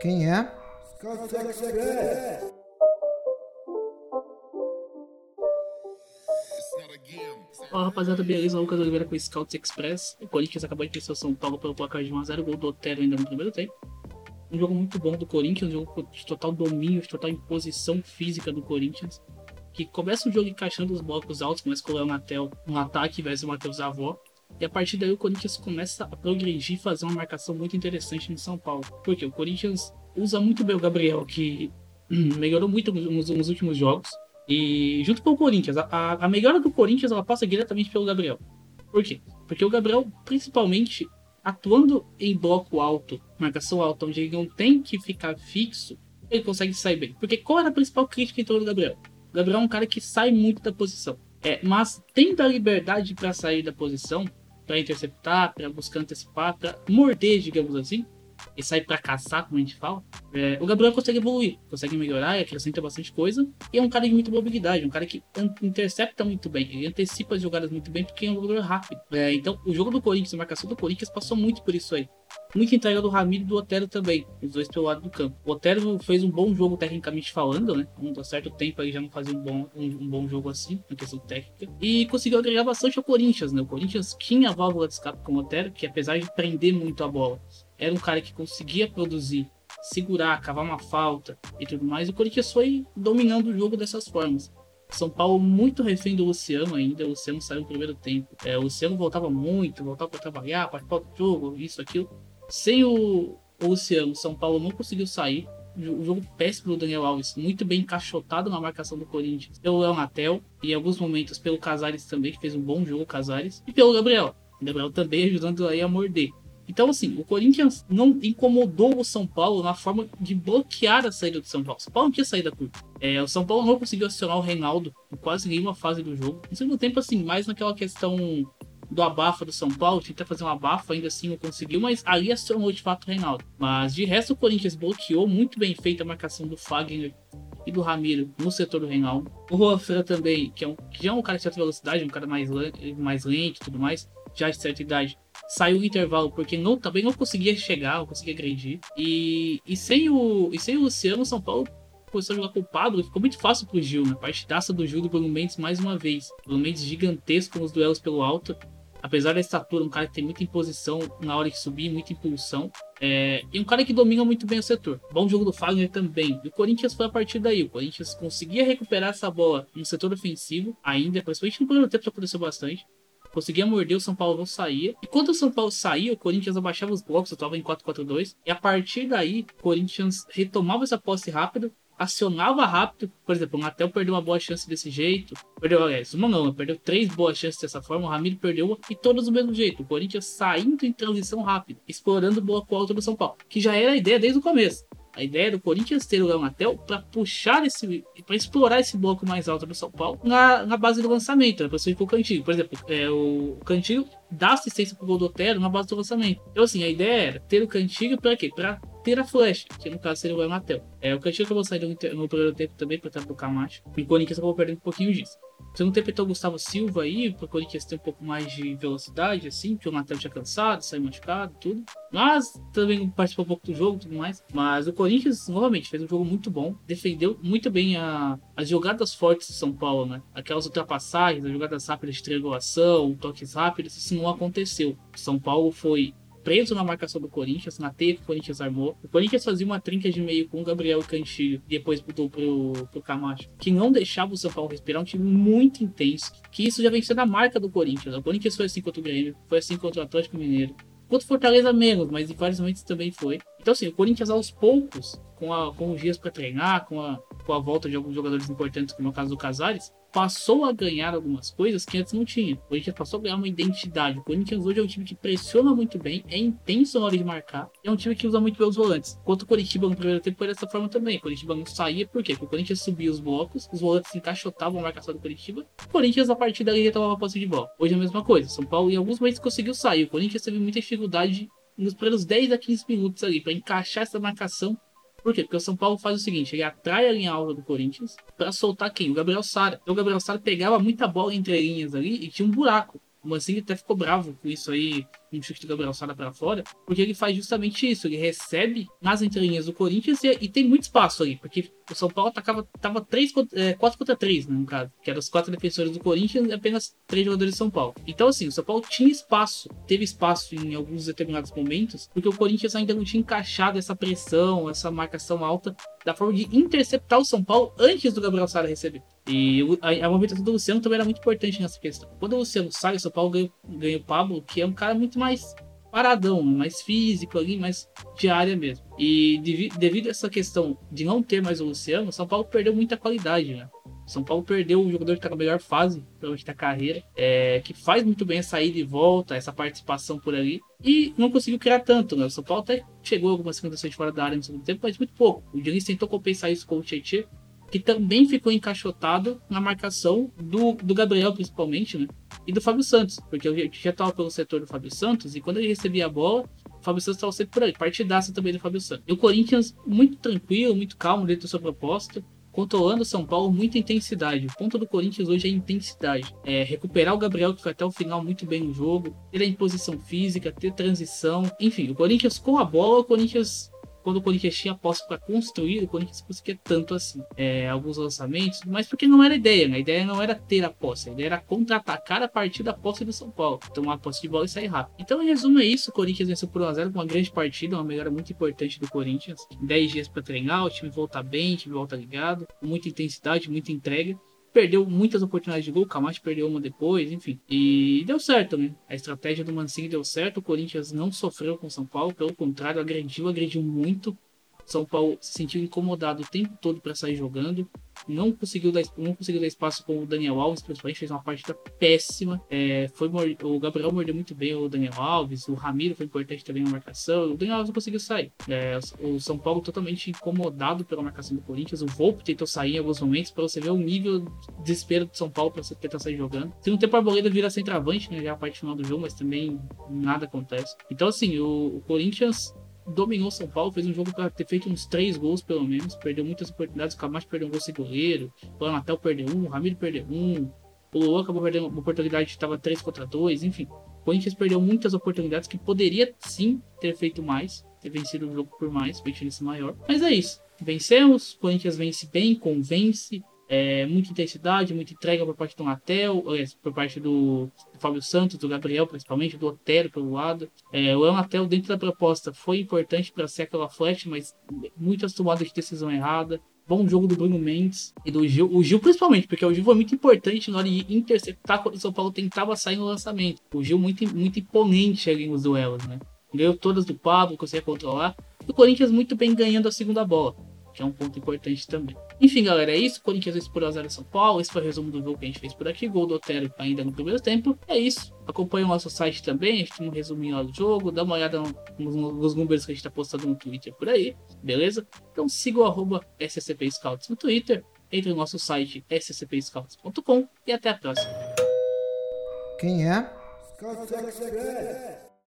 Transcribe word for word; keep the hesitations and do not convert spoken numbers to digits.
Quem é? Fala rapaziada, beleza? Lucas Oliveira com o Scouts Express. O Corinthians acabou de vencer o São Paulo pelo placar de um a zero, gol do Otero ainda no primeiro tempo. Um jogo muito bom do Corinthians, um jogo de total domínio, de total imposição física do Corinthians, que começa o jogo encaixando os blocos altos, começa com o Léo Natel no ataque, ao invés do Matheus Avó. E a partir daí o Corinthians começa a progredir e fazer uma marcação muito interessante no São Paulo. Porque o Corinthians usa muito bem o Gabriel, que melhorou muito nos, nos últimos jogos. E junto com o Corinthians, a, a melhora do Corinthians ela passa diretamente pelo Gabriel. Por quê? Porque o Gabriel, principalmente, atuando em bloco alto, marcação alta, onde ele não tem que ficar fixo, ele consegue sair bem. Porque qual era a principal crítica em torno do Gabriel? O Gabriel é um cara que sai muito da posição. É, mas tem da liberdade para sair da posição, para interceptar, para buscar antecipar, para morder, digamos assim, e sair para caçar, como a gente fala. É, o Gabriel consegue evoluir, consegue melhorar, acrescenta bastante coisa, e é um cara de muita mobilidade, um cara que intercepta muito bem, ele antecipa as jogadas muito bem porque é um jogador rápido. É, então, o jogo do Corinthians, a marcação do Corinthians passou muito por isso aí. Muita entrega do Ramiro e do Otero também, os dois pelo lado do campo. O Otero fez um bom jogo tecnicamente falando, né? Um certo tempo aí já não fazia um bom, um, um bom jogo assim, na questão técnica. E conseguiu agregar bastante ao Corinthians, né? O Corinthians tinha a válvula de escape com o Otero, que apesar de prender muito a bola, era um cara que conseguia produzir, segurar, cavar uma falta e tudo mais. E o Corinthians foi dominando o jogo dessas formas. São Paulo muito refém do Luciano ainda. O Luciano saiu no primeiro tempo. É, o Luciano voltava muito, voltava para trabalhar, participar do jogo, isso, aquilo. Sem o, o Luciano, o São Paulo não conseguiu sair. O jogo péssimo do Daniel Alves, muito bem encaixotado na marcação do Corinthians. Pelo Léo Natel, e em alguns momentos pelo Casares também, que fez um bom jogo, Casares. E pelo Gabriel. O Gabriel também ajudando aí a morder. Então, assim, o Corinthians não incomodou o São Paulo na forma de bloquear a saída do São Paulo. O São Paulo não tinha saída curta. É, o São Paulo não conseguiu acionar o Reinaldo em quase nenhuma fase do jogo. No segundo tempo, assim, mais naquela questão do abafa do São Paulo, tentar fazer um abafa, ainda assim não conseguiu, mas ali acionou de fato o Reinaldo. Mas de resto, o Corinthians bloqueou muito bem feita a marcação do Fagner e do Ramiro no setor do Reinaldo. O Juan Fran também, que é um, que já é um cara de certa velocidade, um cara mais, mais lento e tudo mais, já de certa idade, saiu no intervalo porque não, também não conseguia chegar, não conseguia agredir. E, e, sem o, e sem o Luciano, o São Paulo começou a jogar culpado, ficou muito fácil pro Gil, né? Partidaça do Gil do Bruno Mendes mais uma vez. Bruno Mendes gigantesco nos duelos pelo alto. Apesar da estatura, um cara que tem muita imposição na hora de subir, muita impulsão. É, e um cara que domina muito bem o setor. Bom jogo do Fagner também. E o Corinthians foi a partir daí. O Corinthians conseguia recuperar essa bola no setor ofensivo, ainda, principalmente no primeiro tempo, já aconteceu bastante. Conseguia morder, o São Paulo não saía. E quando o São Paulo saía, o Corinthians abaixava os blocos, eu estava em quatro quatro dois. E a partir daí, o Corinthians retomava essa posse rápido, acionava rápido. Por exemplo, o Natel perdeu uma boa chance desse jeito. Perdeu, aliás, uma não, perdeu três boas chances dessa forma. O Ramiro perdeu uma e todas do mesmo jeito. O Corinthians saindo em transição rápida, explorando o bloco alto do São Paulo, que já era a ideia desde o começo. A ideia do Corinthians ter o Léo Natel para puxar esse, para explorar esse bloco mais alto do São Paulo na, na base do lançamento, né? Para você ir pro Cantilho. Por exemplo, é, o Cantilho dá assistência pro gol do Otero na base do lançamento. Então, assim, a ideia era ter o Cantilho para quê? Para ter a flecha, que no caso seria o Léo Natel. É, o Cantilho acabou saindo no, no primeiro tempo também para tentar tocar Camacho. E o Corinthians acabou perdendo um pouquinho disso. No segundo tempo entrou o Gustavo Silva aí, para o Corinthians ter um pouco mais de velocidade, assim, porque o Natel tinha cansado, saiu machucado, tudo. Mas também participou um pouco do jogo e tudo mais. Mas o Corinthians, novamente, fez um jogo muito bom. Defendeu muito bem a, as jogadas fortes do São Paulo, né? Aquelas ultrapassagens, as jogadas rápidas de triangulação, toques rápidos, isso não aconteceu. O São Paulo foi preso na marcação do Corinthians, na teia que o Corinthians armou. O Corinthians fazia uma trinca de meio com o Gabriel e Cantilho, e depois mudou pro, pro Camacho, que não deixava o São Paulo respirar, um time muito intenso, que isso já vem sendo a marca do Corinthians. O Corinthians foi assim contra o Grêmio, foi assim contra o Atlético Mineiro, contra o Fortaleza menos, mas em vários momentos também foi. Então assim, o Corinthians aos poucos, com, a, com os dias para treinar, com a, com a volta de alguns jogadores importantes, como é o caso do Casares, passou a ganhar algumas coisas que antes não tinha. O Corinthians passou a ganhar uma identidade. O Corinthians hoje é um time que pressiona muito bem, é intenso na hora de marcar, é um time que usa muito bem os volantes. Enquanto o Coritiba no primeiro tempo foi dessa forma também. O Coritiba não saía, por quê? Porque o Corinthians subia os blocos, os volantes se encaixotavam a marcação do Coritiba, o Corinthians a partir dali retomava a posse de bola. Hoje é a mesma coisa. São Paulo em alguns momentos conseguiu sair. O Corinthians teve muita dificuldade nos primeiros dez a quinze minutos ali para encaixar essa marcação. Por quê? Porque o São Paulo faz o seguinte, ele atrai a linha alta do Corinthians para soltar quem? O Gabriel Sara. Então o Gabriel Sara pegava muita bola entre linhas ali e tinha um buraco. O Mancini até ficou bravo com isso aí um chute do Gabriel Sara para fora, porque ele faz justamente isso, ele recebe nas entrelinhas do Corinthians e, e tem muito espaço ali, porque o São Paulo atacava, tava três, é, quatro contra três, né, no caso, que eram os quatro defensores do Corinthians e apenas três jogadores de São Paulo. Então assim, o São Paulo tinha espaço, teve espaço em alguns determinados momentos, porque o Corinthians ainda não tinha encaixado essa pressão, essa marcação alta, da forma de interceptar o São Paulo antes do Gabriel Sara receber. E a, a movimentação do Luciano também era muito importante nessa questão. Quando o Luciano sai, o São Paulo ganha, ganha o Pablo, que é um cara muito mais paradão, mais físico ali, mais de área mesmo. E devido, devido a essa questão de não ter mais o Luciano, o São Paulo perdeu muita qualidade, né? O São Paulo perdeu o jogador que está na melhor fase, provavelmente, da carreira, é, que faz muito bem a saída e volta, essa participação por ali, e não conseguiu criar tanto, né? O São Paulo até chegou a algumas finalizações fora da área no segundo tempo, mas muito pouco. O Diniz tentou compensar isso com o Tietchan, que também ficou encaixotado na marcação do, do Gabriel, principalmente, né? E do Fábio Santos, porque eu já estava pelo setor do Fábio Santos, e quando ele recebia a bola, o Fábio Santos estava sempre por aí, partidaça também do Fábio Santos. E o Corinthians, muito tranquilo, muito calmo dentro da sua proposta, controlando o São Paulo, muita intensidade. O ponto do Corinthians hoje é intensidade. É recuperar o Gabriel, que foi até o final muito bem no jogo, ter a imposição física, ter transição. Enfim, o Corinthians com a bola, o Corinthians... Quando o Corinthians tinha posse para construir, o Corinthians conseguia tanto assim. É, alguns lançamentos, mas porque não era a ideia, né? A ideia não era ter a posse, a ideia era contra-atacar a partir da posse do São Paulo. Tomar a posse de bola e sair rápido. Então, em resumo, é isso. O Corinthians venceu por um a zero com uma grande partida, uma melhora muito importante do Corinthians. dez dias para treinar, o time volta bem, o time volta ligado, com muita intensidade, muita entrega. Perdeu muitas oportunidades de gol, o Camacho perdeu uma depois, enfim. E deu certo, né? A estratégia do Mancini deu certo, o Corinthians não sofreu com o São Paulo, pelo contrário, agrediu, agrediu muito. São Paulo se sentiu incomodado o tempo todo para sair jogando. Não conseguiu, dar, não conseguiu dar espaço com o Daniel Alves, principalmente fez uma partida péssima. É, foi, o Gabriel mordeu muito bem o Daniel Alves, o Ramiro foi importante também na marcação. O Daniel Alves não conseguiu sair. É, o São Paulo totalmente incomodado pela marcação do Corinthians. O Volpe tentou sair em alguns momentos para você ver o nível de desespero do São Paulo para você tentar sair jogando. Se não tem para a Arboleda vira centroavante, né, já é a parte final do jogo, mas também nada acontece. Então, assim, o, o Corinthians dominou São Paulo, fez um jogo para ter feito uns três gols pelo menos, perdeu muitas oportunidades, o Camacho perdeu um gol sem goleiro, o Natel perdeu um, o Ramiro perdeu um, o Luan acabou perdendo uma oportunidade que estava três contra dois, enfim. O Corinthians perdeu muitas oportunidades que poderia sim ter feito mais, ter vencido o jogo por mais, feito isso maior, mas é isso, vencemos, o Corinthians vence bem, convence. É, muita intensidade, muita entrega por parte do Natel, por parte do, do Fábio Santos, do Gabriel, principalmente, do Otero pelo lado. É, o Natel, dentro da proposta, foi importante para ser aquela flash, mas muitas tomadas de decisão errada. Bom jogo do Bruno Mendes e do Gil. O Gil, principalmente, porque o Gil foi muito importante na hora de interceptar quando o São Paulo tentava sair no lançamento. O Gil, muito, muito imponente ali nos duelos, né? Ganhou todas do Pablo, conseguia controlar. E o Corinthians muito bem ganhando a segunda bola, que é um ponto importante também. Enfim, galera, é isso. Corinthians venceu por um a zero São Paulo. Esse foi o resumo do jogo que a gente fez por aqui. Gol do Otero ainda no primeiro tempo. É isso. Acompanhe o nosso site também. A gente tem um resuminho lá do jogo. Dá uma olhada nos, nos números que a gente tá postando no Twitter por aí. Beleza? Então siga o arroba S C P Scouts no Twitter. Entre no nosso site s c p scouts ponto com e até a próxima. Quem é? Scouts Express.